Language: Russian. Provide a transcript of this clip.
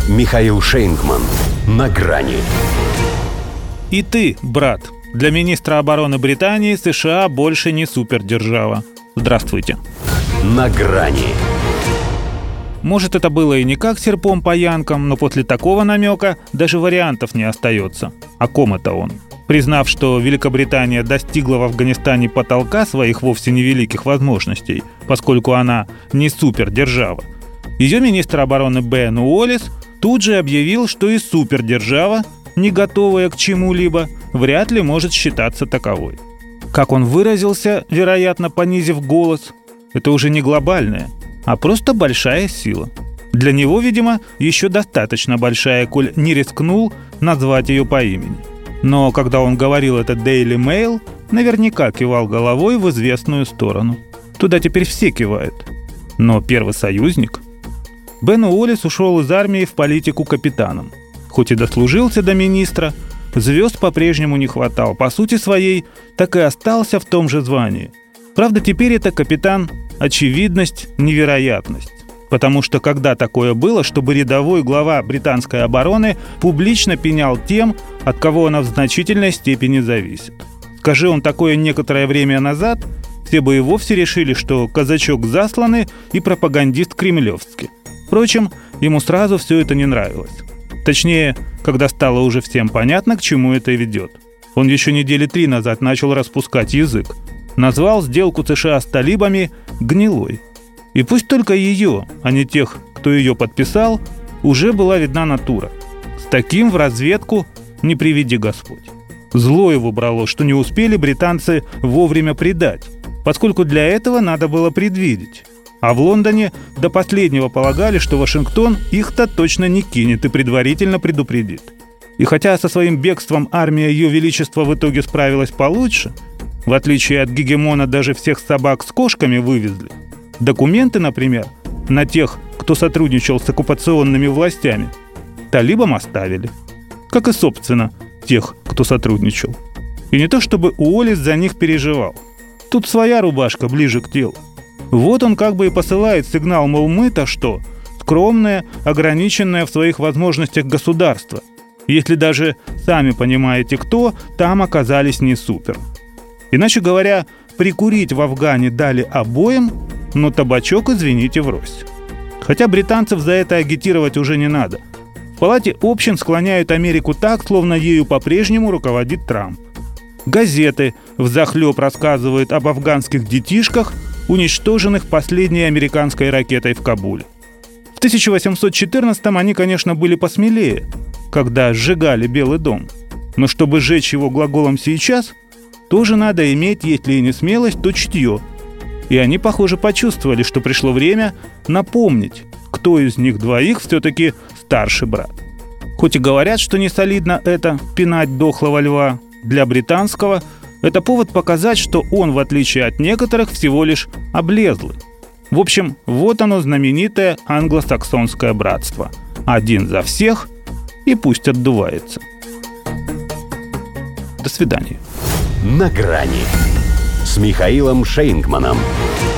Михаил Шейнгман. На грани. И ты, брат, для министра обороны Британии США больше не супердержава. Здравствуйте. На грани. Может, это было и не как серпом по янкам, но после такого намека даже вариантов не остается. О ком это он? Признав, что Великобритания достигла в Афганистане потолка своих вовсе невеликих возможностей, поскольку она не супердержава, ее министр обороны Бен Уоллес тут же объявил, что и супердержава, не готовая к чему-либо, вряд ли может считаться таковой. Как он выразился, вероятно, понизив голос, это уже не глобальная, а просто большая сила. Для него, видимо, еще достаточно большая, коль не рискнул назвать ее по имени. Но когда он говорил это Daily Mail, наверняка кивал головой в известную сторону. Туда теперь все кивают. Но первый союзник... Бен Уоллес ушел из армии в политику капитаном. Хоть и дослужился до министра, звезд по-прежнему не хватал. По сути своей, так и остался в том же звании. Правда, теперь это капитан очевидность, невероятность. Потому что когда такое было, чтобы рядовой глава британской обороны публично пенял тем, от кого она в значительной степени зависит? Скажи он такое некоторое время назад, все бы и вовсе решили, что казачок засланный и пропагандист кремлевский. Впрочем, ему сразу все это не нравилось. Точнее, когда стало уже всем понятно, к чему это ведет. Он еще недели 3 назад начал распускать язык. Назвал сделку США с талибами «гнилой». И пусть только ее, а не тех, кто ее подписал, уже была видна натура. С таким в разведку не приведи Господь. Зло его брало, что не успели британцы вовремя предать, поскольку для этого надо было предвидеть. А в Лондоне до последнего полагали, что Вашингтон их-то точно не кинет и предварительно предупредит. И хотя со своим бегством армия Ее Величества в итоге справилась получше, в отличие от гегемона даже всех собак с кошками вывезли, документы, например, на тех, кто сотрудничал с оккупационными властями, талибам оставили. Как и, собственно, тех, кто сотрудничал. И не то чтобы Уоллес за них переживал. Тут своя рубашка ближе к телу. Вот он как бы и посылает сигнал, мол, мы-то что? Скромное, ограниченное в своих возможностях государство. Если даже сами понимаете кто, там оказались не супер. Иначе говоря, прикурить в Афгане дали обоим, но табачок, извините, врозь. Хотя британцев за это агитировать уже не надо. В Палате общин склоняют Америку так, словно ею по-прежнему руководит Трамп. Газеты взахлеб рассказывают об афганских детишках, уничтоженных последней американской ракетой в Кабуле. В 1814-м они, конечно, были посмелее, когда сжигали Белый дом. Но чтобы сжечь его глаголом сейчас, тоже надо иметь, если и не смелость, то чутье. И они, похоже, почувствовали, что пришло время напомнить, кто из них двоих все-таки старший брат. Хоть и говорят, что не солидно это пинать дохлого льва, для британского это повод показать, что он, в отличие от некоторых, всего лишь облезлый. В общем, вот оно, знаменитое англосаксонское братство. Один за всех, и пусть отдувается. До свидания. На грани с Михаилом Шейнгманом.